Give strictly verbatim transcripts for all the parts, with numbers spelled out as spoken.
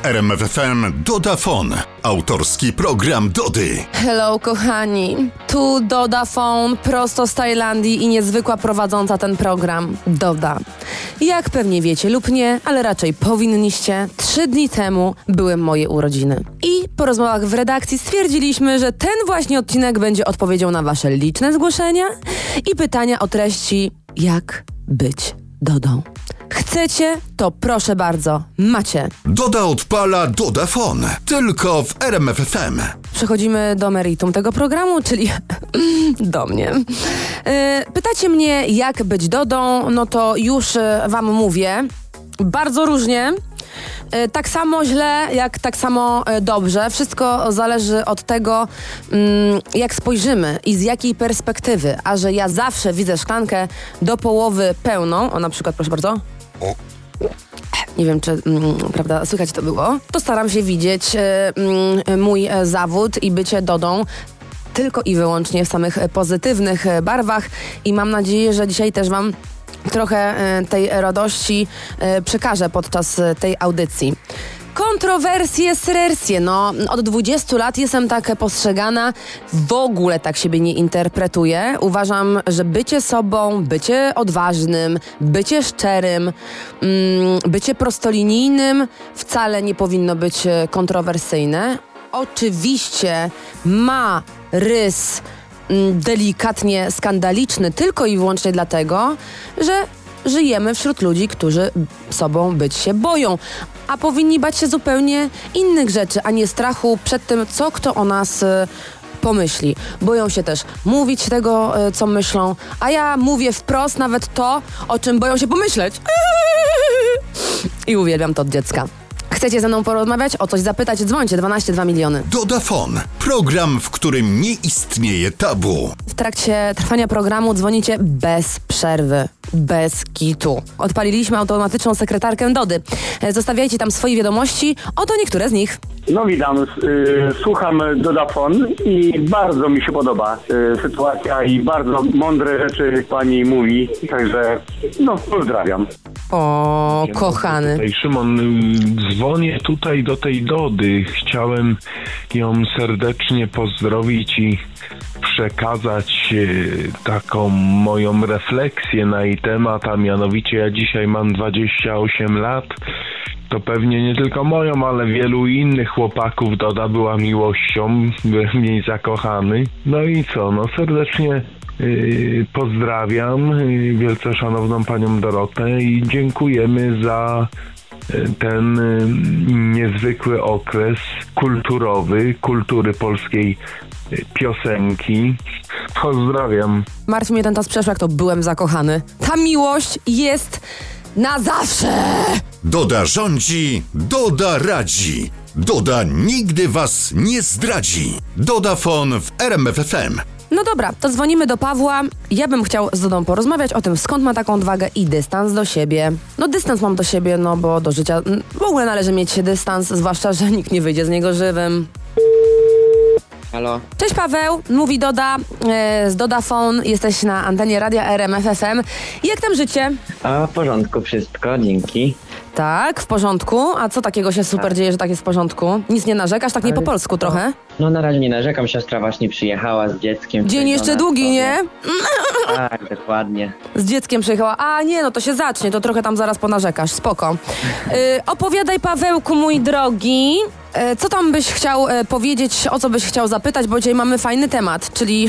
W R M F F M Dodafon. Autorski program Dody. Hello kochani, tu Dodafon, prosto z Tajlandii i niezwykła prowadząca ten program, Doda. Jak pewnie wiecie lub nie, ale raczej powinniście, trzy dni temu były moje urodziny. I po rozmowach w redakcji stwierdziliśmy, że ten właśnie odcinek będzie odpowiedzią na wasze liczne zgłoszenia i pytania o treści jak być Dodą. Chcecie? To proszę bardzo, macie. Doda odpala Dodafon. Tylko w R M F F M. Przechodzimy do meritum tego programu, czyli do mnie. Yy, pytacie mnie, jak być Dodą, no to już yy, wam mówię. Bardzo różnie. Yy, tak samo źle, jak tak samo yy, dobrze. Wszystko zależy od tego, yy, jak spojrzymy i z jakiej perspektywy. A że ja zawsze widzę szklankę do połowy pełną, o na przykład, proszę bardzo. Nie wiem, czy mm, prawda, słychać to było. To staram się widzieć y, y, mój y, zawód i bycie Dodą tylko i wyłącznie w samych y, pozytywnych y, barwach i mam nadzieję, że dzisiaj też wam trochę y, tej radości y, przekażę podczas y, tej audycji. Kontrowersje, srersje. No, od dwudziestu lat jestem tak postrzegana. W ogóle tak siebie nie interpretuję. Uważam, że bycie sobą, bycie odważnym, bycie szczerym, mm, bycie prostolinijnym wcale nie powinno być kontrowersyjne. Oczywiście ma rys mm, delikatnie skandaliczny tylko i wyłącznie dlatego, że żyjemy wśród ludzi, którzy sobą być się boją, a powinni bać się zupełnie innych rzeczy, a nie strachu przed tym, co kto o nas y, pomyśli. Boją się też mówić tego, y, co myślą, a ja mówię wprost nawet to, o czym boją się pomyśleć. I uwielbiam to od dziecka. Chcecie ze mną porozmawiać? O coś zapytać? Dzwońcie, dwanaście dwa miliony. Dodafon. Program, w którym nie istnieje tabu. W trakcie trwania programu dzwonicie bez przerwy, bez kitu. Odpaliliśmy automatyczną sekretarkę Dody. Zostawiajcie tam swoje wiadomości, oto niektóre z nich. No witam, y, słucham Dodafon i bardzo mi się podoba y, sytuacja i bardzo mądre rzeczy pani mówi, także no pozdrawiam. O, kochany. Tutaj Szymon, dzwonię tutaj do tej Dody. Chciałem ją serdecznie pozdrowić i przekazać taką moją refleksję na jej temat, a mianowicie ja dzisiaj mam dwadzieścia osiem lat. To pewnie nie tylko moją, ale wielu innych chłopaków Doda była miłością, byłem w niej zakochany. No i co, no serdecznie Yy, pozdrawiam yy, wielce szanowną panią Dorotę i dziękujemy za yy, ten yy, niezwykły okres kulturowy, kultury polskiej yy, piosenki. Pozdrawiam. Martwi mnie ten czas przeszły, jak to byłem zakochany. Ta miłość jest na zawsze! Doda rządzi, Doda radzi. Doda nigdy was nie zdradzi. Dodafon w R M F F M. No dobra, to dzwonimy do Pawła. Ja bym chciał z Dodą porozmawiać o tym, skąd ma taką odwagę i dystans do siebie. No dystans mam do siebie, no bo do życia w ogóle należy mieć dystans, zwłaszcza, że nikt nie wyjdzie z niego żywym. Halo? Cześć Paweł, mówi Doda e, z Dodafon, jesteś na antenie radia R M F F M. Jak tam życie? A w porządku wszystko, dzięki. Tak, w porządku. A co takiego się super tak. dzieje, że tak jest w porządku? Nic nie narzekasz, tak nie po polsku trochę? No na razie nie narzekam, siostra właśnie przyjechała z dzieckiem. Dzień jeszcze długi, nie? Tak, dokładnie. Z dzieckiem przyjechała. A nie, no to się zacznie, to trochę tam zaraz ponarzekasz, spoko. Yy, opowiadaj Pawełku, mój drogi, yy, co tam byś chciał yy, powiedzieć, o co byś chciał zapytać, bo dzisiaj mamy fajny temat, czyli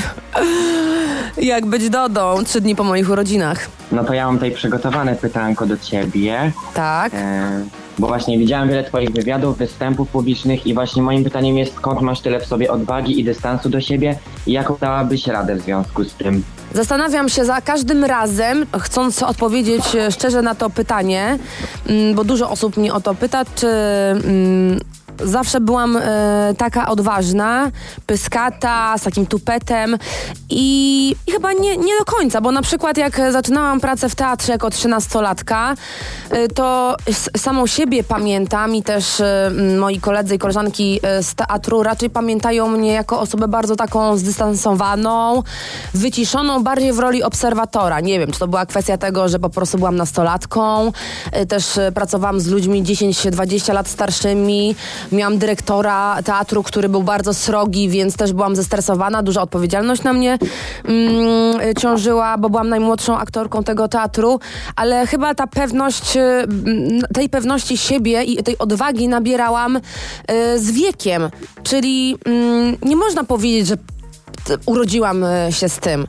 jak być Dodą trzy dni po moich urodzinach. No to ja mam tutaj przygotowane pytanko do ciebie. Tak. E, bo właśnie widziałem wiele twoich wywiadów, występów publicznych i właśnie moim pytaniem jest, skąd masz tyle w sobie odwagi i dystansu do siebie i jaką dałabyś radę w związku z tym? Zastanawiam się za każdym razem, chcąc odpowiedzieć szczerze na to pytanie, bo dużo osób mnie o to pyta, czy zawsze byłam e, taka odważna, pyskata, z takim tupetem i, i chyba nie, nie do końca, bo na przykład jak zaczynałam pracę w teatrze jako trzynastolatka, e, to s- samą siebie pamiętam i też e, moi koledzy i koleżanki e, z teatru raczej pamiętają mnie jako osobę bardzo taką zdystansowaną, wyciszoną, bardziej w roli obserwatora. Nie wiem, czy to była kwestia tego, że po prostu byłam nastolatką, e, też e, pracowałam z ludźmi dziesięć dwadzieścia lat starszymi, miałam dyrektora teatru, który był bardzo srogi, więc też byłam zestresowana, duża odpowiedzialność na mnie mm, ciążyła, bo byłam najmłodszą aktorką tego teatru, ale chyba ta pewność, y, tej pewności siebie i tej odwagi nabierałam y, z wiekiem, czyli mm, nie można powiedzieć, że t- urodziłam y, się z tym,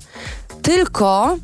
tylko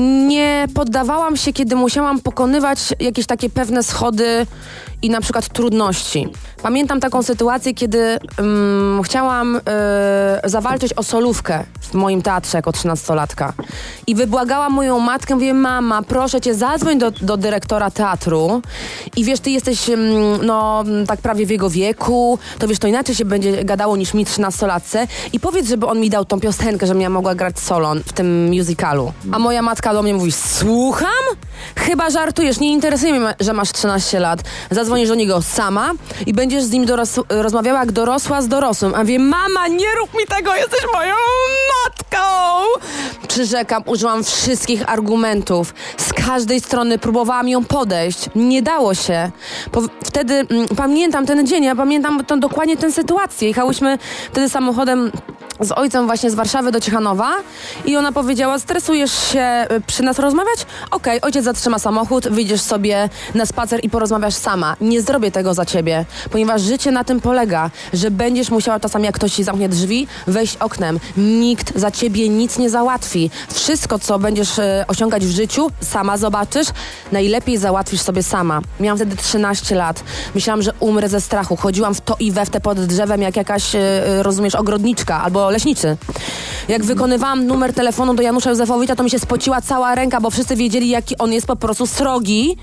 nie poddawałam się, kiedy musiałam pokonywać jakieś takie pewne schody i na przykład trudności. Pamiętam taką sytuację, kiedy um, chciałam y, zawalczyć o solówkę w moim teatrze jako trzynastolatka. I wybłagałam moją matkę, mówię, mama, proszę cię, zadzwoń do, do dyrektora teatru i wiesz, ty jesteś um, no tak prawie w jego wieku, to wiesz, to inaczej się będzie gadało niż mi trzynastolatce i powiedz, żeby on mi dał tą piosenkę, żebym ja mogła grać solo w tym musicalu. A moja matka do mnie mówi, słucham? Chyba żartujesz, nie interesuje mnie, że masz trzynaście lat. Zadzwonisz do niego sama i będziesz z nim doros- rozmawiała jak dorosła z dorosłym. A mówię, mama, nie rób mi tego, jesteś moją matką! Przyrzekam, użyłam wszystkich argumentów. Z każdej strony próbowałam ją podejść. Nie dało się. Po- wtedy mm, pamiętam ten dzień, ja pamiętam to, dokładnie tę sytuację. Jechałyśmy wtedy samochodem z ojcem właśnie z Warszawy do Ciechanowa i ona powiedziała, stresujesz się y, przy nas rozmawiać? Okej, ojciec zatrzyma samochód, wyjdziesz sobie na spacer i porozmawiasz sama. Nie zrobię tego za ciebie, ponieważ życie na tym polega, że będziesz musiała czasami, jak ktoś ci zamknie drzwi, wejść oknem. Nikt za ciebie nic nie załatwi. Wszystko, co będziesz y, osiągać w życiu, sama zobaczysz, najlepiej załatwisz sobie sama. Miałam wtedy trzynaście lat. Myślałam, że umrę ze strachu. Chodziłam w to i we w te pod drzewem, jak jakaś, y, rozumiesz, ogrodniczka albo leśniczy. Jak wykonywałam numer telefonu do Janusza Józefowicza, to mi się spociła cała ręka, bo wszyscy wiedzieli, jaki on jest po prostu srogi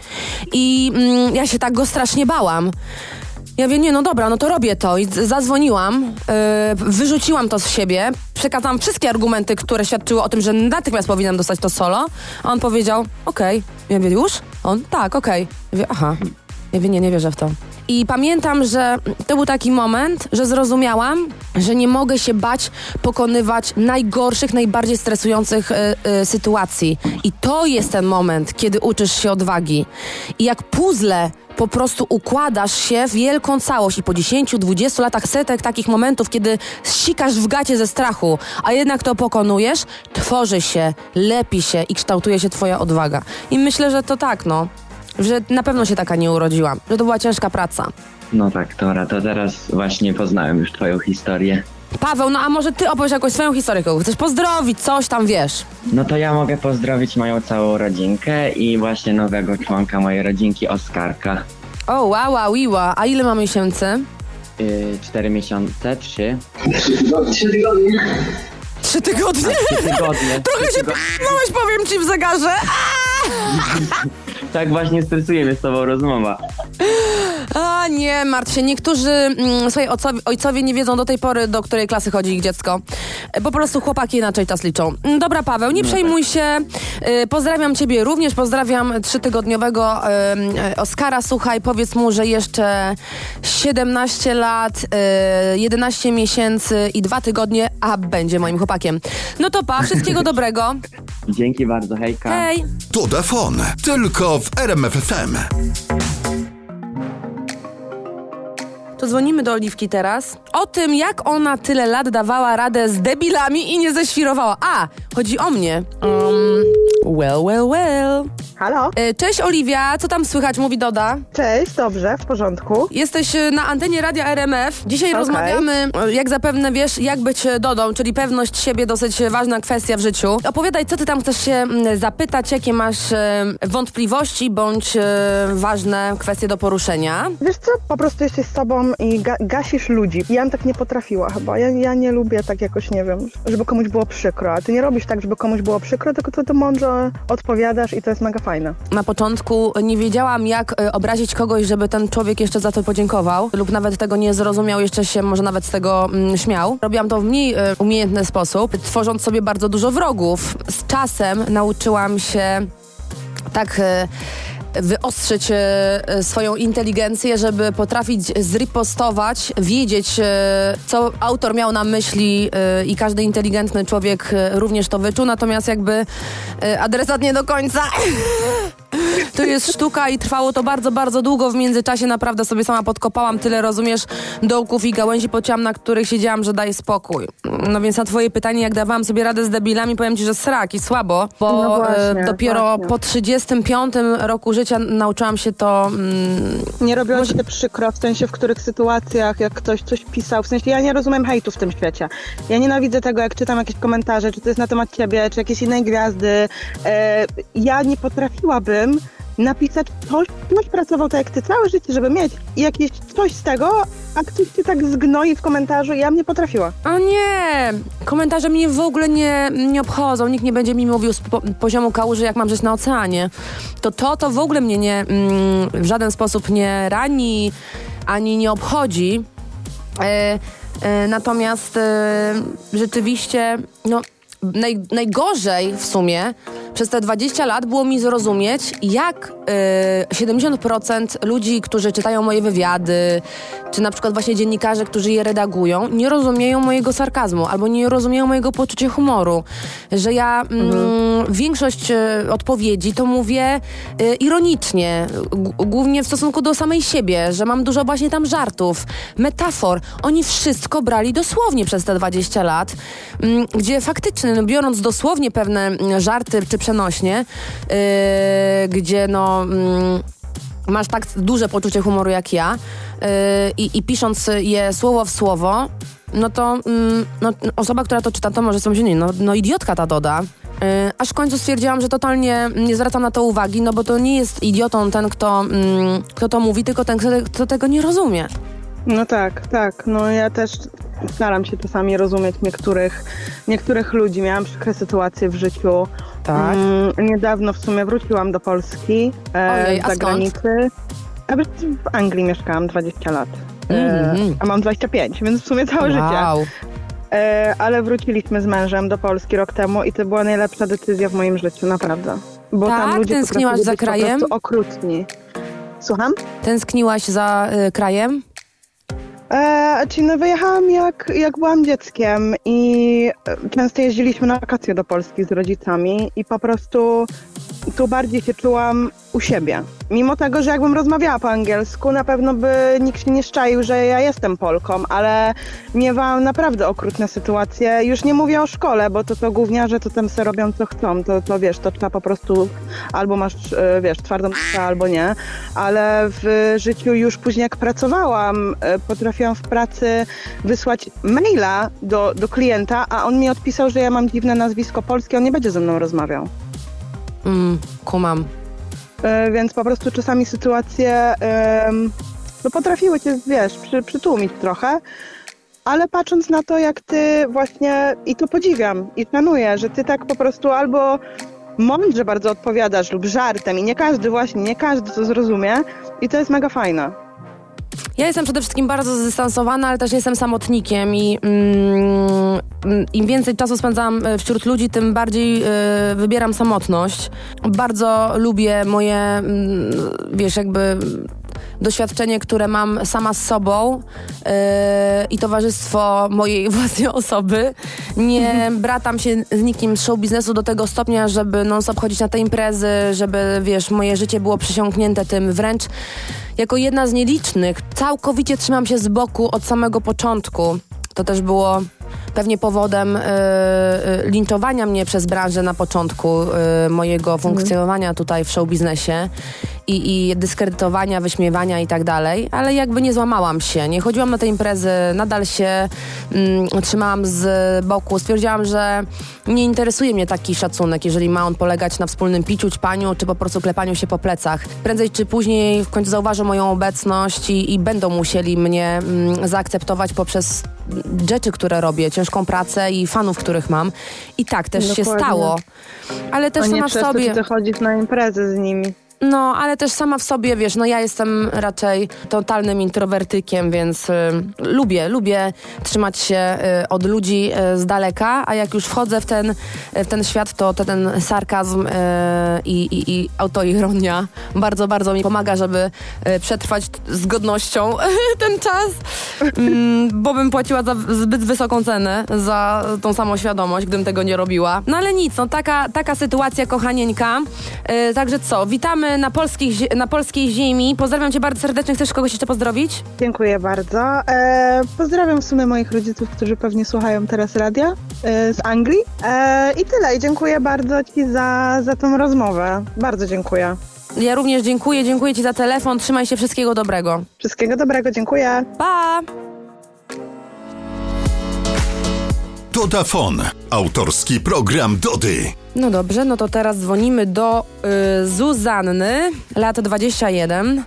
i mm, ja się tak go strasznie bałam. Ja mówię, nie, no dobra, no to robię to. I z- zadzwoniłam, yy, wyrzuciłam to z siebie, przekazałam wszystkie argumenty, które świadczyły o tym, że natychmiast powinnam dostać to solo, a on powiedział, okej. Okay. Ja mówię, już? On, tak, okej. Okay. Ja mówię, aha. Ja mówię, nie, nie wierzę w to. I pamiętam, że to był taki moment, że zrozumiałam, że nie mogę się bać pokonywać najgorszych, najbardziej stresujących y, y, sytuacji. I to jest ten moment, kiedy uczysz się odwagi. I jak puzzle po prostu układasz się w wielką całość i po dziesięciu, dwudziestu latach setek takich momentów, kiedy sikasz w gacie ze strachu, a jednak to pokonujesz, tworzy się, lepi się i kształtuje się twoja odwaga. I myślę, że to tak, no. Że na pewno się taka nie urodziłam, że to była ciężka praca. No tak, Tora, to teraz właśnie poznałem już twoją historię. Paweł, no a może ty opowiesz jakąś swoją historię, kogo chcesz pozdrowić, coś tam, wiesz. No to ja mogę pozdrowić moją całą rodzinkę i właśnie nowego członka mojej rodzinki, Oskarka. O, wow, wow, iła. A ile ma miesięcy? Yy, cztery miesiące, trzy. Trzy tygodnie? Trzy tygodnie. Trochę się p***nąłeś, powiem ci w zegarze. Tak właśnie stresuje mnie z tobą rozmowa. A nie, martw się. Niektórzy mm, swojej ojcowie, ojcowie nie wiedzą do tej pory, do której klasy chodzi ich dziecko. Po prostu chłopaki inaczej czas liczą. Dobra, Paweł, nie No przejmuj się. Y, pozdrawiam ciebie również. Pozdrawiam trzytygodniowego y, y, Oskara. Słuchaj, powiedz mu, że jeszcze siedemnaście lat, y, jedenaście miesięcy i dwa tygodnie, a będzie moim chłopakiem. No to pa, wszystkiego dobrego. Dzięki bardzo, hejka. Hej. Dodafon. Tylko w R M F F M. To dzwonimy do Oliwki teraz. O tym, jak ona tyle lat dawała radę z debilami i nie ześwirowała. A, chodzi o mnie. Um, well, well, well. Halo? E, Cześć Oliwia, co tam słychać? Mówi Doda. Cześć, dobrze, w porządku. Jesteś e, na antenie Radia R M F. Dzisiaj Okej. rozmawiamy, e, jak zapewne wiesz, jak być e, Dodą, czyli pewność siebie, dosyć ważna kwestia w życiu. Opowiadaj, co ty tam chcesz się m, zapytać, jakie masz e, wątpliwości bądź e, ważne kwestie do poruszenia. Wiesz co, po prostu jesteś sobą i ga- gasisz ludzi. Ja bym tak nie potrafiła chyba. Ja, ja nie lubię tak jakoś, nie wiem, żeby komuś było przykro. A ty nie robisz tak, żeby komuś było przykro, tylko to, to mądrze odpowiadasz i to jest mega fajne. Na początku nie wiedziałam, jak y, obrazić kogoś, żeby ten człowiek jeszcze za to podziękował lub nawet tego nie zrozumiał, jeszcze się może nawet z tego mm, śmiał. Robiłam to w mniej y, umiejętny sposób, tworząc sobie bardzo dużo wrogów. Z czasem nauczyłam się tak... Y, wyostrzyć e, swoją inteligencję, żeby potrafić zripostować, wiedzieć, e, co autor miał na myśli e, i każdy inteligentny człowiek e, również to wyczuł, natomiast jakby e, adresat nie do końca. To jest sztuka i trwało to bardzo, bardzo długo. W międzyczasie naprawdę sobie sama podkopałam tyle, rozumiesz, dołków i gałęzi pociąłam, na których siedziałam, że daj spokój. No więc na twoje pytanie, jak dawałam sobie radę z debilami, powiem ci, że srak i słabo, bo No właśnie, e, dopiero właśnie. po trzydziestym piątym roku życia nauczyłam się to... Mm, Nie robiło ci to przykro, w sensie w których sytuacjach, jak ktoś coś pisał, w sensie ja nie rozumiem hejtu w tym świecie. Ja nienawidzę tego, jak czytam jakieś komentarze, czy to jest na temat ciebie, czy jakiejś innej gwiazdy. E, ja nie potrafiłabym napisać coś, ktoś pracował tak jak ty całe życie, żeby mieć jakieś coś z tego, a ktoś cię tak zgnoi w komentarzu i ja bym nie potrafiła. o nie! Komentarze mnie w ogóle nie, nie obchodzą. Nikt nie będzie mi mówił z po, poziomu kałuży, jak mam żyć na oceanie. To to, to w ogóle mnie nie, mm, w żaden sposób nie rani, ani nie obchodzi. E, e, natomiast e, rzeczywiście, no, naj, najgorzej w sumie przez te dwadzieścia lat było mi zrozumieć, jak y, siedemdziesiąt procent ludzi, którzy czytają moje wywiady, czy na przykład właśnie dziennikarze, którzy je redagują, nie rozumieją mojego sarkazmu albo nie rozumieją mojego poczucia humoru. Że ja mm, mhm. większość y, odpowiedzi to mówię y, ironicznie, g- głównie w stosunku do samej siebie, że mam dużo właśnie tam żartów, metafor. Oni wszystko brali dosłownie przez te dwadzieścia lat, y, gdzie faktycznie, no, biorąc dosłownie pewne y, żarty czy przenośnie, yy, gdzie no mm, masz tak duże poczucie humoru jak ja yy, i, i pisząc je słowo w słowo, no to mm, no, osoba, która to czyta, to może sobie myśleć, no, no idiotka ta Doda. Yy, aż w końcu stwierdziłam, że totalnie nie zwracam na to uwagi, no bo to nie jest idiotą ten, kto, mm, kto to mówi, tylko ten, kto, kto tego nie rozumie. No tak, tak. No ja też staram się czasami rozumieć niektórych, niektórych ludzi. Miałam przykre sytuacje w życiu. Tak. Mm, niedawno w sumie wróciłam do Polski e, Ojej, a z skąd? zagranicy. A w Anglii mieszkałam dwadzieścia lat. E, Mm-hmm. a mam dwadzieścia pięć, więc w sumie całe życie. Wow. E, ale wróciliśmy z mężem do Polski rok temu i to była najlepsza decyzja w moim życiu, naprawdę. Bo Tak? tam ludzie Tęskniłaś potrafili za być po krajem? prostu okrutni. Słucham? Tęskniłaś za y, krajem? E, czyli no wyjechałam jak, jak byłam dzieckiem i często jeździliśmy na wakacje do Polski z rodzicami i po prostu tu bardziej się czułam u siebie. Mimo tego, że jakbym rozmawiała po angielsku, na pewno by nikt się nie szczaił, że ja jestem Polką, ale miewałam naprawdę okrutne sytuacje. Już nie mówię o szkole, bo to to gówniarze to tam se robią co chcą. To, to wiesz, to trzeba po prostu albo masz, wiesz, twardą p***, albo nie. Ale w życiu już później jak pracowałam, potrafiłam w pracy wysłać maila do, do klienta, a on mi odpisał, że ja mam dziwne nazwisko polskie, on nie będzie ze mną rozmawiał. Mm, kumam. Yy, więc po prostu czasami sytuacje yy, no potrafiły cię, wiesz, przy, przytłumić trochę, ale patrząc na to, jak ty właśnie, i to podziwiam i szanuję, że ty tak po prostu albo mądrze bardzo odpowiadasz lub żartem i nie każdy właśnie, nie każdy to zrozumie i to jest mega fajne. Ja jestem przede wszystkim bardzo zdystansowana, ale też jestem samotnikiem i mm, im więcej czasu spędzam wśród ludzi, tym bardziej y, wybieram samotność. Bardzo lubię moje, mm, wiesz, jakby doświadczenie, które mam sama z sobą yy, i towarzystwo mojej własnej osoby. Nie bratam się z nikim z show biznesu do tego stopnia, żeby non-stop chodzić na te imprezy, żeby, wiesz, moje życie było przysiągnięte tym. Wręcz jako jedna z nielicznych całkowicie trzymam się z boku od samego początku. To też było pewnie powodem y, y, linczowania mnie przez branżę na początku y, mojego funkcjonowania tutaj w show biznesie i, i dyskredytowania, wyśmiewania i tak dalej, ale jakby nie złamałam się, nie chodziłam na te imprezy, nadal się y, trzymałam z boku, stwierdziłam, że nie interesuje mnie taki szacunek, jeżeli ma on polegać na wspólnym piciu, ćpaniu, czy po prostu klepaniu się po plecach. Prędzej czy później w końcu zauważą moją obecność i, i będą musieli mnie y, zaakceptować poprzez rzeczy, które robię, ciężką pracę i fanów, których mam. I tak też Dokładnie. się stało. Ale też A nie sama w przez to, sobie... czy ty chodzisz na imprezy z nimi. No, ale też sama w sobie, wiesz, no ja jestem raczej totalnym introwertykiem, więc y, lubię, lubię trzymać się y, od ludzi y, z daleka, a jak już wchodzę w ten, w ten świat, to, to ten sarkazm y, i, i, i autoironia bardzo, bardzo mi pomaga, żeby y, przetrwać z godnością ten czas, mm, bo bym płaciła za zbyt wysoką cenę za tą samoświadomość, gdybym tego nie robiła. No ale nic, no taka, taka sytuacja, kochanieńka. Y, także co, witamy na, polskich, na polskiej ziemi. Pozdrawiam cię bardzo serdecznie. Chcesz kogoś jeszcze pozdrowić? Dziękuję bardzo. E, pozdrawiam w sumie moich rodziców, którzy pewnie słuchają teraz radia e, z Anglii. E, I tyle. I dziękuję bardzo ci za, za tą rozmowę. Bardzo dziękuję. Ja również dziękuję. Dziękuję ci za telefon. Trzymaj się. Wszystkiego dobrego. Wszystkiego dobrego. Dziękuję. Pa! Dodafon. Autorski program Dody. No dobrze, no to teraz dzwonimy do y, Zuzanny, lat dwadzieścia jeden.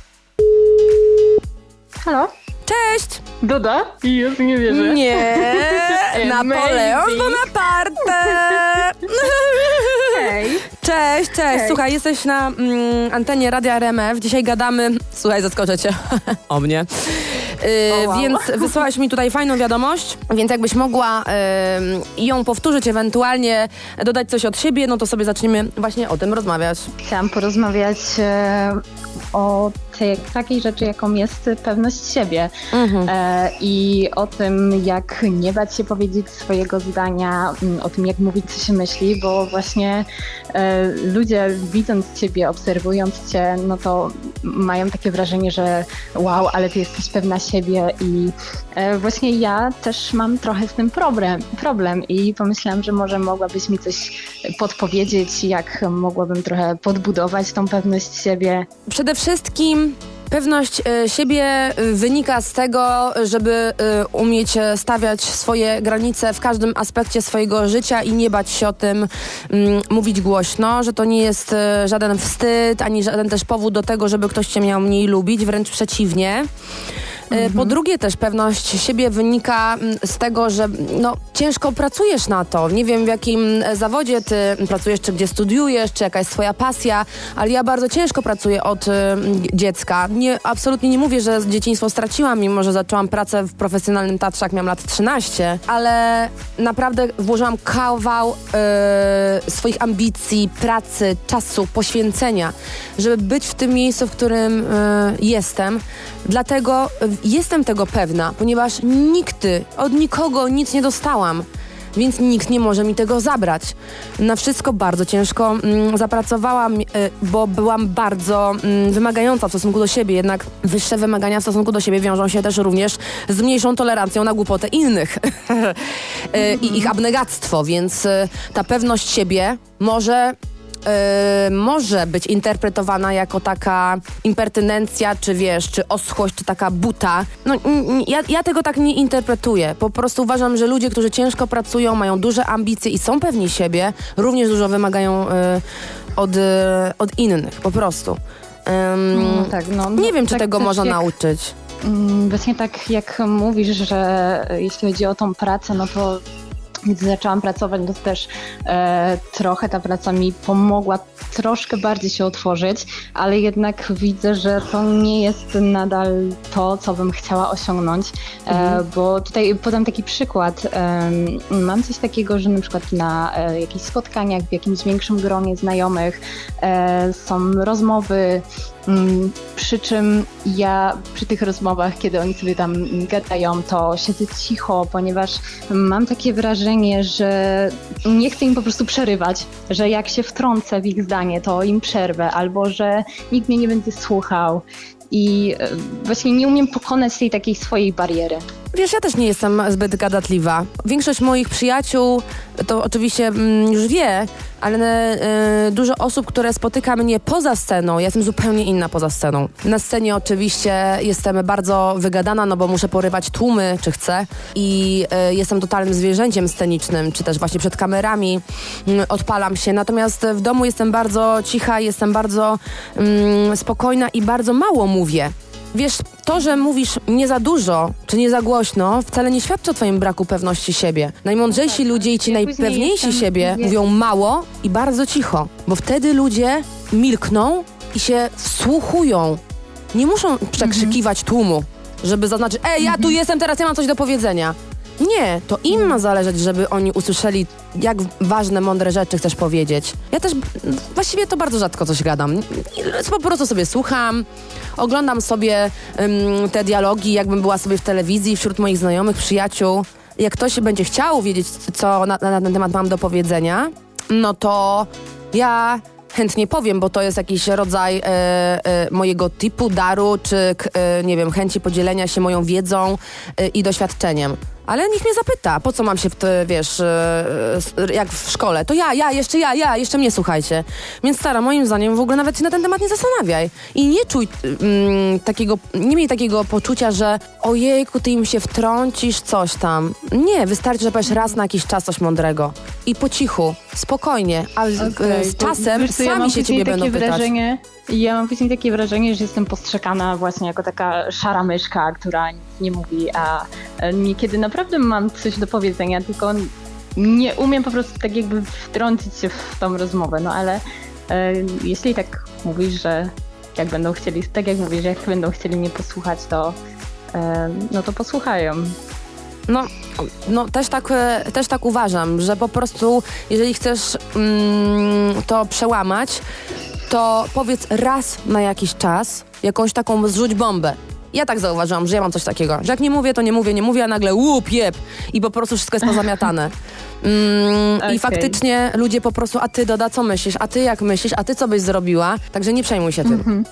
Halo? Cześć! Doda? Już nie wierzę. Nie, Napoleon Bonaparte! Hej. Cześć, cześć. Hej. Słuchaj, jesteś na mm, antenie Radia R M F. Dzisiaj gadamy... Słuchaj, zaskoczę cię. O mnie. Yy, O, wow. Więc wysłałaś mi tutaj fajną wiadomość, więc jakbyś mogła yy, ją powtórzyć, ewentualnie dodać coś od siebie, no to sobie zaczniemy właśnie o tym rozmawiać. Chciałam porozmawiać e, o tej, takiej rzeczy, jaką jest pewność siebie. Mhm. E, I o tym, jak nie bać się powiedzieć swojego zdania, m, o tym, jak mówić, co się myśli, bo właśnie e, ludzie, widząc ciebie, obserwując cię, no to mają takie wrażenie, że wow, ale ty jesteś pewna siebie i e, właśnie ja też mam trochę z tym problem, problem i pomyślałam, że może mogłabyś mi coś podpowiedzieć, jak mogłabym trochę podbudować tą pewność siebie. Przede wszystkim pewność y, siebie y, wynika z tego, żeby y, umieć e, stawiać swoje granice w każdym aspekcie swojego życia i nie bać się o tym mm, mówić głośno, że to nie jest y, żaden wstyd, ani żaden też powód do tego, żeby ktoś cię miał mniej lubić, wręcz przeciwnie. Po drugie też pewność siebie wynika z tego, że no, ciężko pracujesz na to. Nie wiem, w jakim zawodzie ty pracujesz, czy gdzie studiujesz, czy jaka jest twoja pasja, ale ja bardzo ciężko pracuję od y, dziecka. Nie, absolutnie nie mówię, że dzieciństwo straciłam, mimo że zaczęłam pracę w profesjonalnym teatrze, jak miałam lat trzynaście, ale naprawdę włożyłam kawał y, swoich ambicji, pracy, czasu, poświęcenia, żeby być w tym miejscu, w którym y, jestem. Dlatego jestem tego pewna, ponieważ nigdy, od nikogo nic nie dostałam, więc nikt nie może mi tego zabrać. Na wszystko bardzo ciężko mm, zapracowałam, y, bo byłam bardzo mm, wymagająca w stosunku do siebie, jednak wyższe wymagania w stosunku do siebie wiążą się też również z mniejszą tolerancją na głupotę innych y, i ich abnegactwo, więc y, ta pewność siebie może... Yy, może być interpretowana jako taka impertynencja, czy wiesz, czy oschłość, czy taka buta. No, n- ja, ja tego tak nie interpretuję. Po prostu uważam, że ludzie, którzy ciężko pracują, mają duże ambicje i są pewni siebie, również dużo wymagają yy, od, yy, od innych, po prostu. Ym, No tak, no, nie no, wiem, czy tak tego też można jak, nauczyć. mm, Właśnie tak jak mówisz, że jeśli chodzi o tą pracę, no to gdy zaczęłam pracować, no to też e, trochę ta praca mi pomogła troszkę bardziej się otworzyć, ale jednak widzę, że to nie jest nadal to, co bym chciała osiągnąć, Mhm. e, bo tutaj podam taki przykład. E, mam coś takiego, że na przykład na e, jakichś spotkaniach, w jakimś większym gronie znajomych e, są rozmowy, Mm, przy czym ja przy tych rozmowach, kiedy oni sobie tam gadają, to siedzę cicho, ponieważ mam takie wrażenie, że nie chcę im po prostu przerywać, że jak się wtrącę w ich zdanie, to im przerwę, albo że nikt mnie nie będzie słuchał i e, właśnie nie umiem pokonać tej takiej swojej bariery. Wiesz, ja też nie jestem zbyt gadatliwa. Większość moich przyjaciół to oczywiście mm, już wie, ale y, dużo osób, które spotyka mnie poza sceną, ja jestem zupełnie inna poza sceną. Na scenie oczywiście jestem bardzo wygadana, no bo muszę porywać tłumy, czy chcę. I y, jestem totalnym zwierzęciem scenicznym, czy też właśnie przed kamerami y, odpalam się. Natomiast w domu jestem bardzo cicha, jestem bardzo y, spokojna i bardzo mało mówię. wiesz, to, że mówisz nie za dużo, czy nie za głośno, wcale nie świadczy o twoim braku pewności siebie. Najmądrzejsi ludzie i ci Ja później najpewniejsi jestem- siebie wie- mówią mało i bardzo cicho, bo wtedy ludzie milkną i się wsłuchują. Nie muszą przekrzykiwać tłumu, żeby zaznaczyć, ej, ja tu jestem, teraz ja mam coś do powiedzenia. Nie, to im ma zależeć, żeby oni usłyszeli, jak ważne, mądre rzeczy chcesz powiedzieć. Ja też właściwie to bardzo rzadko coś gadam. Po prostu sobie słucham, oglądam sobie ym, te dialogi, jakbym była sobie w telewizji, wśród moich znajomych, przyjaciół. Jak ktoś będzie chciał wiedzieć, co na, na ten temat mam do powiedzenia, no to ja chętnie powiem, bo to jest jakiś rodzaj e, e, mojego tipu, daru, czy k, e, nie wiem, chęci podzielenia się moją wiedzą e, i doświadczeniem. Ale niech mnie zapyta, po co mam się w te, wiesz, e, e, jak w szkole. To ja, ja, jeszcze ja, ja, jeszcze mnie słuchajcie. Więc stara, moim zdaniem w ogóle nawet się na ten temat nie zastanawiaj. I nie czuj mm, takiego, nie miej takiego poczucia, że ojejku, ty im się wtrącisz, coś tam. Nie, wystarczy, że powiesz raz na jakiś czas coś mądrego. I po cichu, spokojnie, a z, Okej, z bo czasem wiesz co, ja sami mam się później ciebie będą takie pytać. wrażenie, Ja mam później takie wrażenie, że jestem postrzegana właśnie jako taka szara myszka, która nic nie mówi, a e, niekiedy naprawdę mam coś do powiedzenia, tylko nie umiem po prostu tak jakby wtrącić się w tą rozmowę, no ale e, jeśli tak mówisz, że jak będą chcieli, tak jak mówisz, że jak będą chcieli mnie posłuchać, to e, no to posłuchają. No, no też, tak, e, też tak uważam, że po prostu jeżeli chcesz mm, to przełamać, to powiedz raz na jakiś czas jakąś taką zrzuć bombę. Ja tak zauważyłam, że ja mam coś takiego, że jak nie mówię, to nie mówię, nie mówię, a nagle łup, jeb i po prostu wszystko jest pozamiatane. Mm, Okej. I faktycznie ludzie po prostu, a ty Doda, co myślisz, a ty jak myślisz, a ty co byś zrobiła, także nie przejmuj się tym.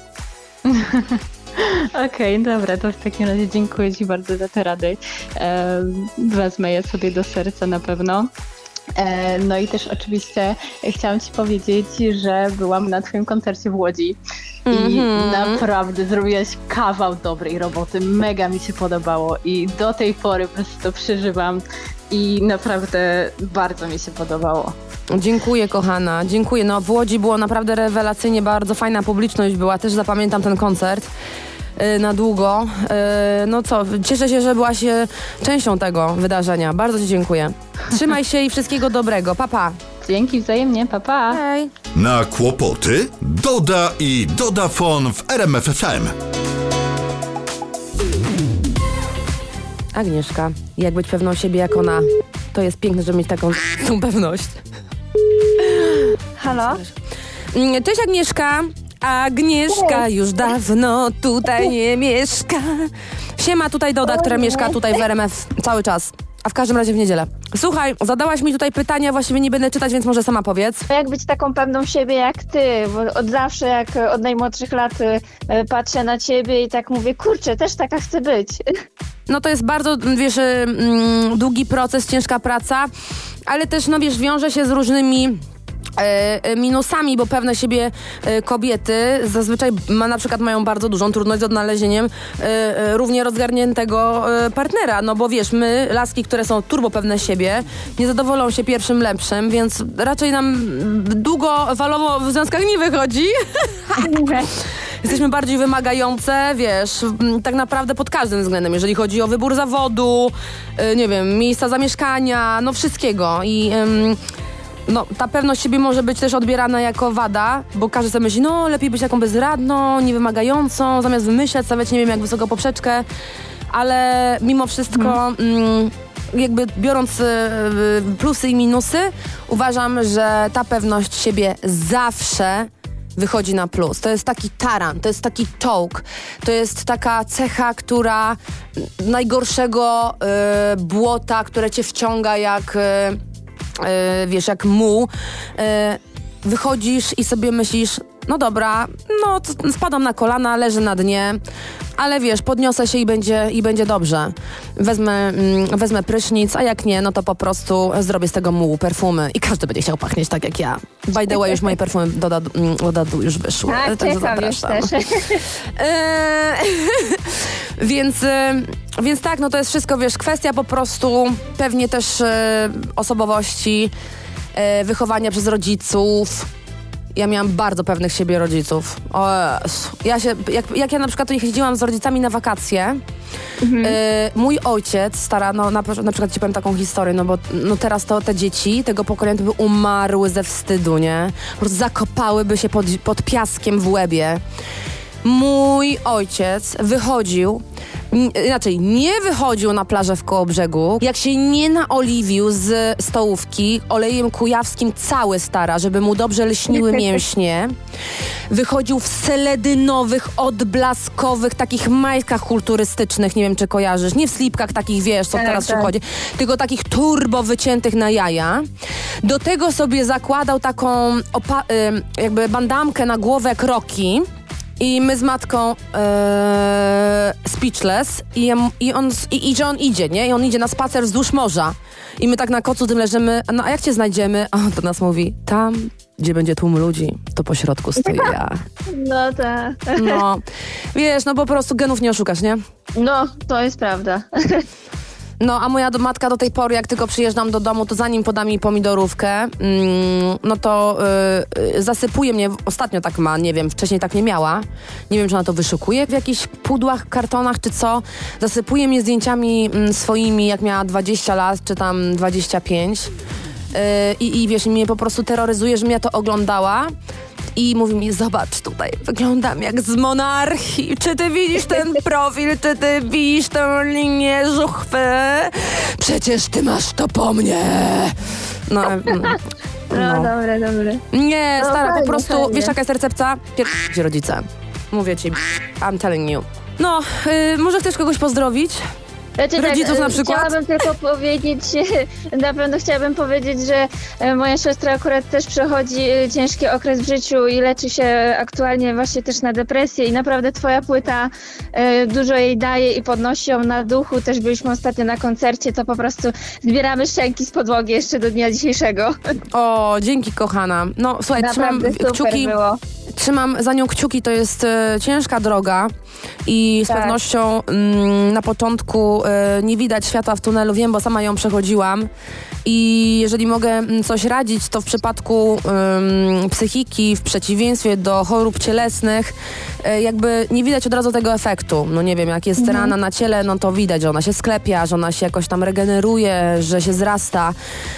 Okej, dobra, to w takim razie dziękuję Ci bardzo za te rady. E, wezmę je sobie do serca na pewno. E, no i też oczywiście chciałam Ci powiedzieć, że byłam na Twoim koncercie w Łodzi i Mhm. naprawdę zrobiłaś kawał dobrej roboty, mega mi się podobało i do tej pory po prostu to przeżywam i naprawdę bardzo mi się podobało. Dziękuję, kochana, dziękuję. No w Łodzi było naprawdę rewelacyjnie, bardzo fajna publiczność była, też zapamiętam ten koncert yy, na długo. Yy, no co, cieszę się, że byłaś yy, częścią tego wydarzenia. Bardzo Ci dziękuję. Trzymaj się i wszystkiego dobrego. Pa, pa. Dzięki wzajemnie, pa pa! Hej. Na kłopoty Doda i Dodafon w R M F F M. Agnieszka, jak być pewną siebie jak ona. To jest piękne, żeby mieć taką tą pewność. Halo? Mm, Cześć Agnieszka. Agnieszka już dawno tutaj nie mieszka. Siema, tutaj Doda, która mieszka tutaj w R M F cały czas. A w każdym razie w niedzielę. Słuchaj, zadałaś mi tutaj pytania, właściwie nie będę czytać, więc może sama powiedz. Jak być taką pewną siebie jak ty, bo od zawsze, jak od najmłodszych lat y, patrzę na ciebie i tak mówię, kurczę, też taka chcę być. No to jest bardzo, wiesz, mm, długi proces, ciężka praca, ale też, no wiesz, wiąże się z różnymi e, minusami, bo pewne siebie e, kobiety zazwyczaj ma, na przykład mają bardzo dużą trudność z odnalezieniem e, e, równie rozgarniętego e, partnera, no bo wiesz, my, laski, które są turbo pewne siebie, nie zadowolą się pierwszym lepszym, więc raczej nam długofalowo w związkach nie wychodzi. Jesteśmy bardziej wymagające, wiesz, m, tak naprawdę pod każdym względem, jeżeli chodzi o wybór zawodu, y, nie wiem, miejsca zamieszkania, no wszystkiego. I ym, no, ta pewność siebie może być też odbierana jako wada, bo każdy sobie myśli, no lepiej być taką bezradną, niewymagającą, zamiast wymyślać, stawiać nie wiem jak wysoko poprzeczkę, ale mimo wszystko... Mm, jakby biorąc y, y, plusy i minusy, uważam, że ta pewność siebie zawsze wychodzi na plus. To jest taki taran, to jest taki czołg, to jest taka cecha, która najgorszego y, błota, które cię wciąga jak, y, y, wiesz, jak muł, y, wychodzisz i sobie myślisz, no dobra, no to spadam na kolana, leżę na dnie, ale wiesz, podniosę się i będzie, i będzie dobrze. Wezmę, mm, wezmę prysznic, a jak nie, no to po prostu zrobię z tego mułu perfumy i każdy będzie chciał pachnieć tak jak ja. By the way, już moje perfumy do Dadu, do Dadu już wyszły. A, Także czekam już zapraszam. też. Eee, więc, e, więc tak, no to jest wszystko, wiesz, kwestia po prostu pewnie też e, osobowości, e, wychowania przez rodziców. ja miałam bardzo pewnych siebie rodziców. O Jezu. Ja się, jak, jak ja na przykład jeździłam z rodzicami na wakacje, mhm. y, mój ojciec, stara, no na, na przykład ci powiem taką historię, no bo no teraz to te dzieci tego pokolenia to by umarły ze wstydu, nie? Po prostu zakopałyby się pod, pod piaskiem w łebie. Mój ojciec wychodził, inaczej nie wychodził na plażę w Kołobrzegu, jak się nie naoliwił z stołówki olejem kujawskim cały stara, żeby mu dobrze lśniły mięśnie. Wychodził w seledynowych, odblaskowych, takich majtkach kulturystycznych, nie wiem czy kojarzysz, nie w slipkach takich, wiesz, co tak, teraz tak. się chodzi, tylko takich turbo wyciętych na jaja. Do tego sobie zakładał taką opa- y, jakby bandamkę na głowę jak Rocky. I my z matką e, speechless i, jem, i, on, i, i że on idzie, nie? I on idzie na spacer wzdłuż morza. I my tak na kocu tym leżymy. No a jak cię znajdziemy? A on do nas mówi, tam, gdzie będzie tłum ludzi, to po środku stoję ja. No tak. No, wiesz, no po prostu genów nie oszukasz, nie? No, to jest prawda. No, a moja do, matka do tej pory, jak tylko przyjeżdżam do domu, to zanim poda mi pomidorówkę, mm, no to y, zasypuje mnie, ostatnio tak ma, nie wiem, wcześniej tak nie miała. Nie wiem, czy ona to wyszukuje w jakichś pudłach, kartonach, czy co. Zasypuje mnie zdjęciami mm, swoimi, jak miała dwadzieścia lat, czy tam dwadzieścia pięć. Yy, i, I wiesz, mnie po prostu terroryzuje, żebym ja to oglądała. I mówi mi, zobacz tutaj, wyglądam jak z Monarchii. Czy ty widzisz ten profil? Czy ty widzisz tę linię żuchwy? Przecież ty masz to po mnie. No, no. No, dobre, dobre. Nie, No, stara, fajnie, po prostu, fajnie. wiesz jaka jest recepta? Pierdolcie rodzice. Mówię ci, I'm telling you. No, yy, może chcesz kogoś pozdrowić? Znaczy, Rodziców tak, na przykład? Chciałabym tylko powiedzieć, na pewno chciałabym powiedzieć, że e, moja siostra akurat też przechodzi e, ciężki okres w życiu i leczy się aktualnie właśnie też na depresję i naprawdę twoja płyta e, dużo jej daje i podnosi ją na duchu. Też byliśmy ostatnio na koncercie, to po prostu zbieramy szczęki z podłogi jeszcze do dnia dzisiejszego. O, dzięki kochana. No słuchaj, trzymam Naprawdę super kciuki. było. Trzymam za nią kciuki, to jest e, ciężka droga i z Tak. pewnością mm, na początku e, nie widać światła w tunelu, wiem, bo sama ją przechodziłam i jeżeli mogę mm, coś radzić, to w przypadku ym, psychiki, w przeciwieństwie do chorób cielesnych, e, jakby nie widać od razu tego efektu. No nie wiem, jak jest Mhm. rana na ciele, no to widać, że ona się sklepia, że ona się jakoś tam regeneruje, że się zrasta.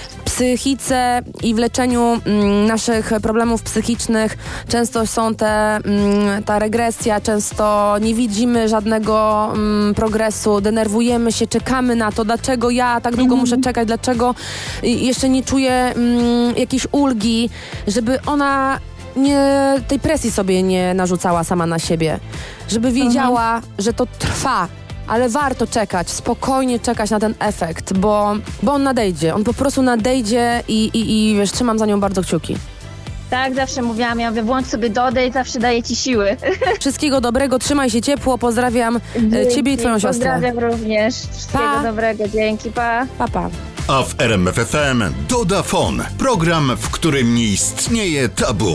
Psychice i w leczeniu mm, naszych problemów psychicznych często są te, mm, ta regresja, często nie widzimy żadnego mm, progresu, denerwujemy się, czekamy na to, dlaczego ja tak długo muszę czekać, dlaczego y, jeszcze nie czuję mm, jakiejś ulgi, żeby ona nie, tej presji sobie nie narzucała sama na siebie, żeby wiedziała, że to trwa. Ale warto czekać, spokojnie czekać na ten efekt, bo, bo on nadejdzie. On po prostu nadejdzie i, i, i wiesz, trzymam za nią bardzo kciuki. Tak, zawsze mówiłam, ja mówię, włącz sobie Dodę, zawsze daje ci siły. Wszystkiego dobrego, trzymaj się ciepło, pozdrawiam e, ciebie i twoją siostrę. Pozdrawiam również. Wszystkiego Pa. dobrego, dzięki, pa. Pa, pa. A w R M F F M Dodafon, program, w którym nie istnieje tabu.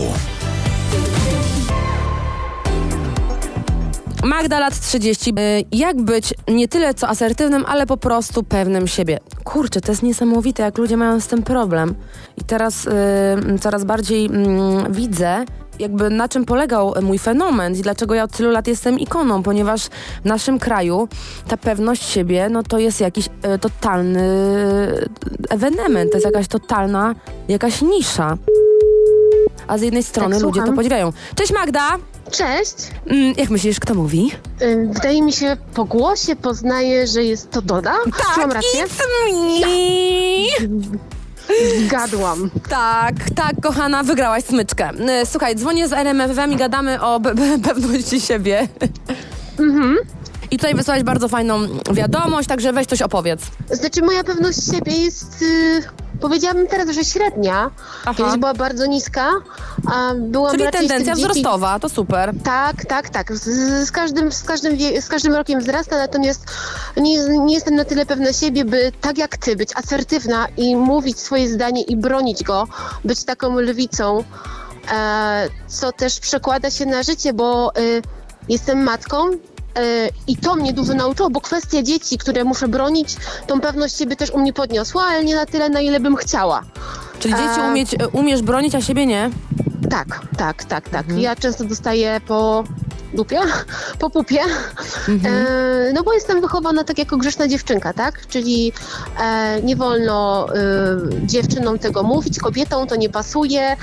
Magda, lat trzydzieści. Y, Jak być nie tyle co asertywnym, ale po prostu pewnym siebie. Kurczę, to jest niesamowite, jak ludzie mają z tym problem. I teraz y, coraz bardziej y, widzę, jakby na czym polegał mój fenomen i dlaczego ja od tylu lat jestem ikoną, ponieważ w naszym kraju ta pewność siebie, no to jest jakiś y, totalny ewenement, to jest jakaś totalna, jakaś nisza. A z jednej strony Tak, ludzie to słucham. podziwiają. Cześć Magda! Cześć. Mm, jak myślisz, kto mówi? Ym, Wydaje mi się, po głosie poznaję, że jest to Doda. Czy mam rację? it's me! Zgadłam. Tak, tak, kochana, wygrałaś smyczkę. Y, Słuchaj, dzwonię z R M F M i gadamy o be- be- pewności siebie. Mhm. I tutaj wysłałeś bardzo fajną wiadomość, także weź coś opowiedz. Znaczy, moja pewność siebie jest, y, powiedziałabym teraz, że średnia. Aha. Kiedyś była bardzo niska. A byłam Czyli raczej z tendencja tych dzieci- wzrostowa, to super. Tak, tak, tak. Z, z, każdym, z, każdym wie, z każdym rokiem wzrasta, natomiast nie, nie jestem na tyle pewna siebie, by tak jak ty, być asertywna i mówić swoje zdanie i bronić go, być taką lwicą, e, co też przekłada się na życie, bo y, jestem matką. I to mnie dużo nauczyło, bo kwestia dzieci, które muszę bronić, tą pewność siebie też u mnie podniosła, ale nie na tyle, na ile bym chciała. Czyli dzieci A- umieć, umiesz bronić, a siebie nie? Tak, tak, tak, tak. Mhm. Ja często dostaję po dupie, po pupie, mhm. e, no bo jestem wychowana tak jako grzeczna dziewczynka, tak? Czyli e, nie wolno e, dziewczynom tego mówić, kobietom to nie pasuje. E,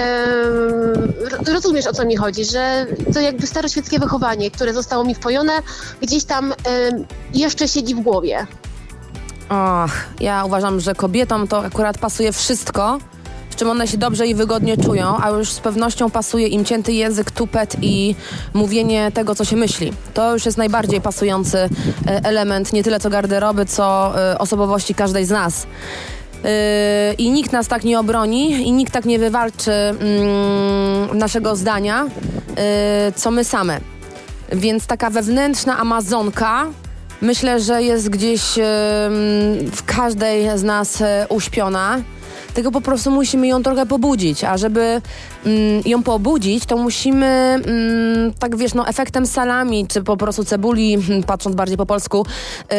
rozumiesz, o co mi chodzi, że to jakby staroświeckie wychowanie, które zostało mi wpojone, gdzieś tam e, jeszcze siedzi w głowie. Och, ja uważam, że kobietom to akurat pasuje wszystko, w czym one się dobrze i wygodnie czują, a już z pewnością pasuje im cięty język, tupet i mówienie tego, co się myśli. To już jest najbardziej pasujący element nie tyle co garderoby, co osobowości każdej z nas. Yy, I nikt nas tak nie obroni i nikt tak nie wywalczy yy, naszego zdania, yy, co my same. Więc taka wewnętrzna amazonka, myślę, że jest gdzieś yy, w każdej z nas yy, uśpiona. Tylko po prostu musimy ją trochę pobudzić, a żeby mm, ją pobudzić, to musimy, mm, tak wiesz, no efektem salami, czy po prostu cebuli, patrząc bardziej po polsku, yy,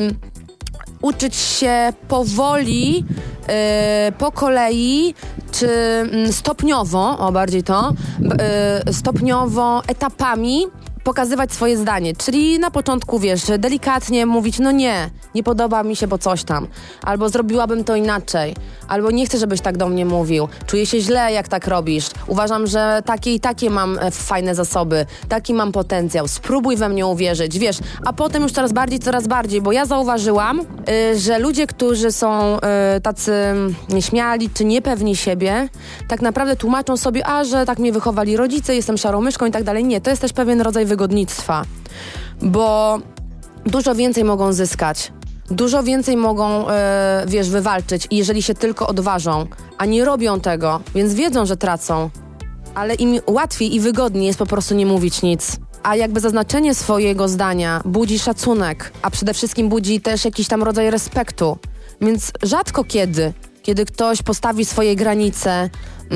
uczyć się powoli, yy, po kolei, czy yy, stopniowo, o bardziej to, yy, stopniowo, etapami pokazywać swoje zdanie, czyli na początku, wiesz, delikatnie mówić, no nie, nie podoba mi się, bo coś tam, albo zrobiłabym to inaczej, albo nie chcę, żebyś tak do mnie mówił, czuję się źle, jak tak robisz, uważam, że takie i takie mam fajne zasoby, taki mam potencjał, spróbuj we mnie uwierzyć, wiesz, a potem już coraz bardziej, coraz bardziej, bo ja zauważyłam, y, że ludzie, którzy są y, tacy nieśmiali, czy niepewni siebie, tak naprawdę tłumaczą sobie, a, że tak mnie wychowali rodzice, jestem szarą myszką i tak dalej. Nie, to jest też pewien rodzaj wygodnictwa, bo dużo więcej mogą zyskać, dużo więcej mogą, yy, wiesz, wywalczyć, jeżeli się tylko odważą, a nie robią tego, więc wiedzą, że tracą, ale im łatwiej i wygodniej jest po prostu nie mówić nic. A jakby zaznaczenie swojego zdania budzi szacunek, a przede wszystkim budzi też jakiś tam rodzaj respektu, więc rzadko kiedy, kiedy ktoś postawi swoje granice,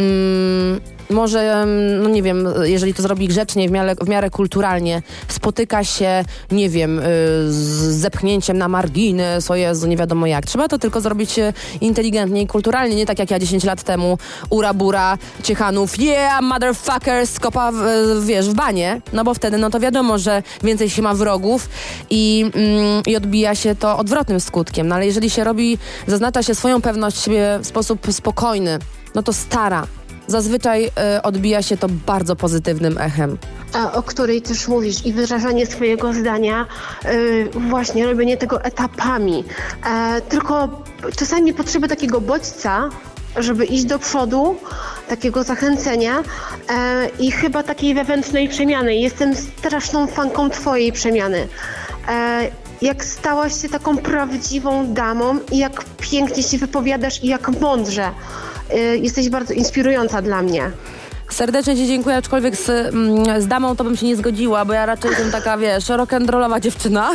mm, może, no nie wiem, jeżeli to zrobi grzecznie, w miarę, w miarę kulturalnie, spotyka się, nie wiem, z zepchnięciem na margines, o Jezu, nie wiadomo jak. Trzeba to tylko zrobić inteligentnie i kulturalnie, nie tak jak ja dziesięć lat temu, ura bura, ciechanów, yeah, motherfuckers, kopa, w, wiesz, w banie, no bo wtedy, no to wiadomo, że więcej się ma wrogów i, mm, i odbija się to odwrotnym skutkiem, no ale jeżeli się robi, zaznacza się swoją pewność siebie w sposób spokojny, no to stara. Zazwyczaj y, odbija się to bardzo pozytywnym echem. A, o której też mówisz i wyrażanie swojego zdania, y, właśnie robienie tego etapami. E, tylko czasami potrzeba takiego bodźca, żeby iść do przodu, takiego zachęcenia e, i chyba takiej wewnętrznej przemiany. Jestem straszną fanką twojej przemiany. E, jak stałaś się taką prawdziwą damą i jak pięknie się wypowiadasz i jak mądrze. Jesteś bardzo inspirująca dla mnie. Serdecznie ci dziękuję, aczkolwiek z, mm, z damą to bym się nie zgodziła, bo ja raczej jestem taka, wiesz, rock'n'rollowa dziewczyna.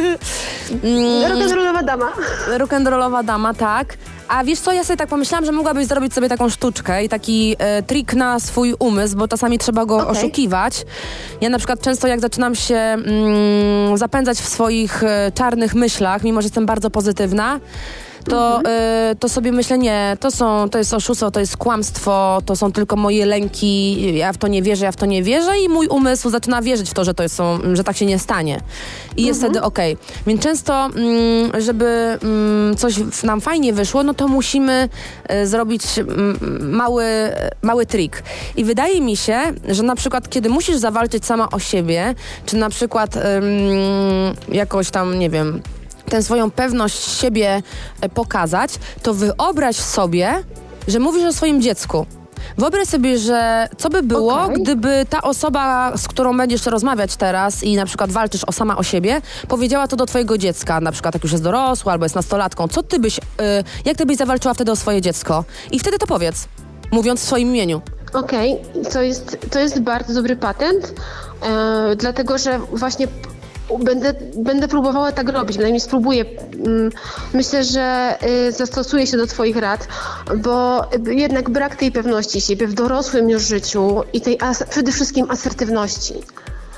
Rock'n'rollowa dama. Rock'n'rollowa dama, tak. A wiesz co, ja sobie tak pomyślałam, że mogłabyś zrobić sobie taką sztuczkę i taki e, trik na swój umysł, bo czasami trzeba go okay. oszukiwać. Ja na przykład często jak zaczynam się mm, zapędzać w swoich e, czarnych myślach, mimo że jestem bardzo pozytywna, to, mhm. y, to sobie myślę, nie, to, są, to jest oszustwo, to jest kłamstwo, to są tylko moje lęki, ja w to nie wierzę, ja w to nie wierzę i mój umysł zaczyna wierzyć w to, że to jest, są, że tak się nie stanie. I mhm. jest wtedy okej. Okay. Więc często, mm, żeby mm, coś nam fajnie wyszło, no to musimy y, zrobić mm, mały, mały trik. I wydaje mi się, że na przykład, kiedy musisz zawalczyć sama o siebie, czy na przykład ym, jakoś tam, nie wiem, tę swoją pewność siebie pokazać, to wyobraź sobie, że mówisz o swoim dziecku. Wyobraź sobie, że co by było, okay. gdyby ta osoba, z którą będziesz rozmawiać teraz i na przykład walczysz o sama o siebie, powiedziała to do twojego dziecka, na przykład jak już jest dorosła albo jest nastolatką. Co ty byś, y, jak ty byś zawalczyła wtedy o swoje dziecko? I wtedy to powiedz, mówiąc w swoim imieniu. Okej, okay. to, jest, to jest bardzo dobry patent, yy, dlatego że właśnie Będę, będę próbowała tak robić, przynajmniej spróbuję. Myślę, że zastosuję się do twoich rad, bo jednak brak tej pewności siebie w dorosłym już życiu i tej as- przede wszystkim asertywności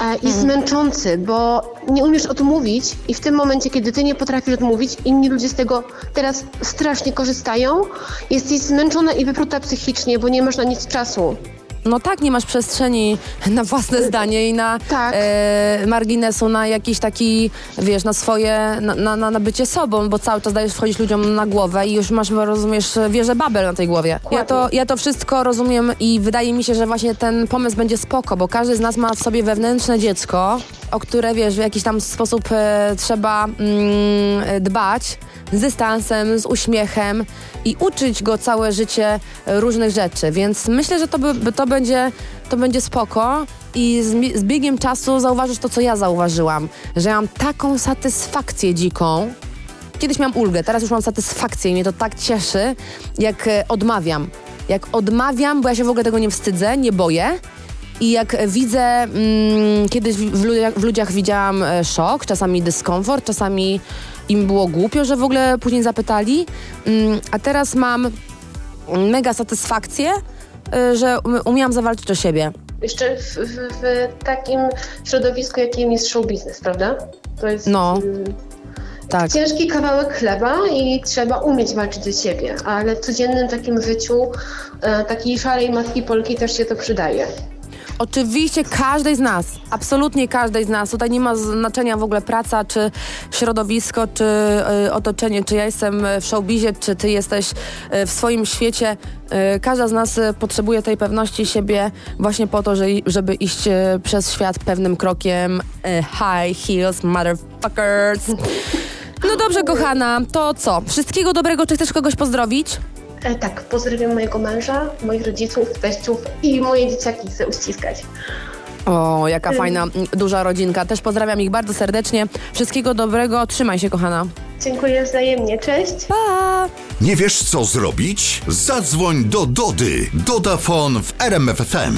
e, jest mm. męczący, bo nie umiesz odmówić i w tym momencie, kiedy ty nie potrafisz odmówić, inni ludzie z tego teraz strasznie korzystają, jesteś zmęczona i wypruta psychicznie, bo nie masz na nic czasu. No tak, nie masz przestrzeni na własne zdanie i na tak. e, marginesu, na jakiś taki, wiesz, na swoje, na, na, na bycie sobą, bo cały czas dajesz wchodzić ludziom na głowę i już masz, rozumiesz, wieżę Babel na tej głowie. Ja to, ja to wszystko rozumiem i wydaje mi się, że właśnie ten pomysł będzie spoko, bo każdy z nas ma w sobie wewnętrzne dziecko, o które, wiesz, w jakiś tam sposób e, trzeba mm, dbać, z dystansem, z uśmiechem i uczyć go całe życie różnych rzeczy, więc myślę, że to, by, to, będzie, to będzie spoko i z, z biegiem czasu zauważysz to, co ja zauważyłam, że ja mam taką satysfakcję dziką. Kiedyś miałam ulgę, teraz już mam satysfakcję i mnie to tak cieszy, jak odmawiam. Jak odmawiam, bo ja się w ogóle tego nie wstydzę, nie boję. I jak widzę, mm, kiedyś w ludziach, w ludziach widziałam szok, czasami dyskomfort, czasami im było głupio, że w ogóle później zapytali, mm, a teraz mam mega satysfakcję, y, że umiałam zawalczyć o siebie. Jeszcze w, w, w takim środowisku, jakim jest show biznes, prawda? To jest no, y, tak. ciężki kawałek chleba i trzeba umieć walczyć o siebie, ale w codziennym takim życiu y, takiej szarej matki Polki też się to przydaje. Oczywiście każdej z nas, absolutnie każdej z nas. Tutaj nie ma znaczenia w ogóle praca, czy środowisko, czy y, otoczenie, czy ja jestem w showbizie, czy ty jesteś y, w swoim świecie. Y, każda z nas y, potrzebuje tej pewności siebie właśnie po to, że, żeby iść y, przez świat pewnym krokiem. Y, high heels, motherfuckers. No dobrze, kochana, to co? Wszystkiego dobrego, czy chcesz kogoś pozdrowić? E, tak, pozdrawiam mojego męża, moich rodziców, teściów i moje dzieciaki chcę uściskać. O, jaka um. fajna, duża rodzinka. Też pozdrawiam ich bardzo serdecznie. Wszystkiego dobrego, trzymaj się, kochana. Dziękuję wzajemnie, cześć. Pa! Nie wiesz, co zrobić? Zadzwoń do Dody. Dodafon w R M F F M.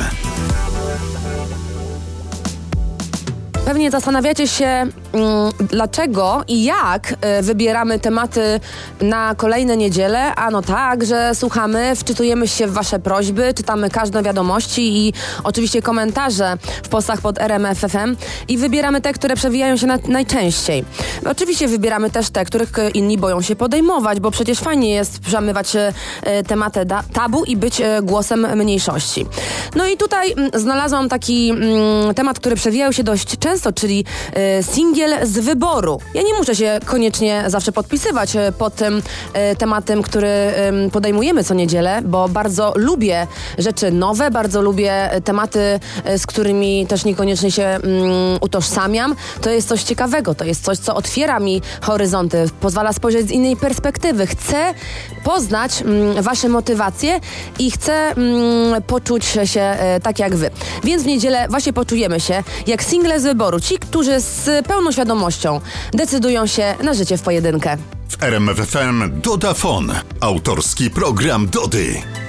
Pewnie zastanawiacie się, mm, dlaczego i jak y, wybieramy tematy na kolejne niedziele. Ano tak, że słuchamy, wczytujemy się w wasze prośby, czytamy każde wiadomości i oczywiście komentarze w postach pod R M F F M i wybieramy te, które przewijają się na, najczęściej. Oczywiście wybieramy też te, których inni boją się podejmować, bo przecież fajnie jest przemywać y, tematy da, tabu i być y, głosem mniejszości. No i tutaj y, znalazłam taki y, temat, który przewijał się dość często, czyli y, singiel z wyboru. Ja nie muszę się koniecznie zawsze podpisywać y, pod tym y, tematem, który y, podejmujemy co niedzielę, bo bardzo lubię rzeczy nowe, bardzo lubię y, tematy, y, z którymi też niekoniecznie się y, utożsamiam. To jest coś ciekawego, to jest coś, co otwiera mi horyzonty, pozwala spojrzeć z innej perspektywy. Chcę poznać y, wasze motywacje i chcę y, poczuć się y, tak jak wy. Więc w niedzielę właśnie poczujemy się jak single z wyboru. Ci, którzy z pełną świadomością decydują się na życie w pojedynkę. W R M F F M Dodafon. Autorski program Dody.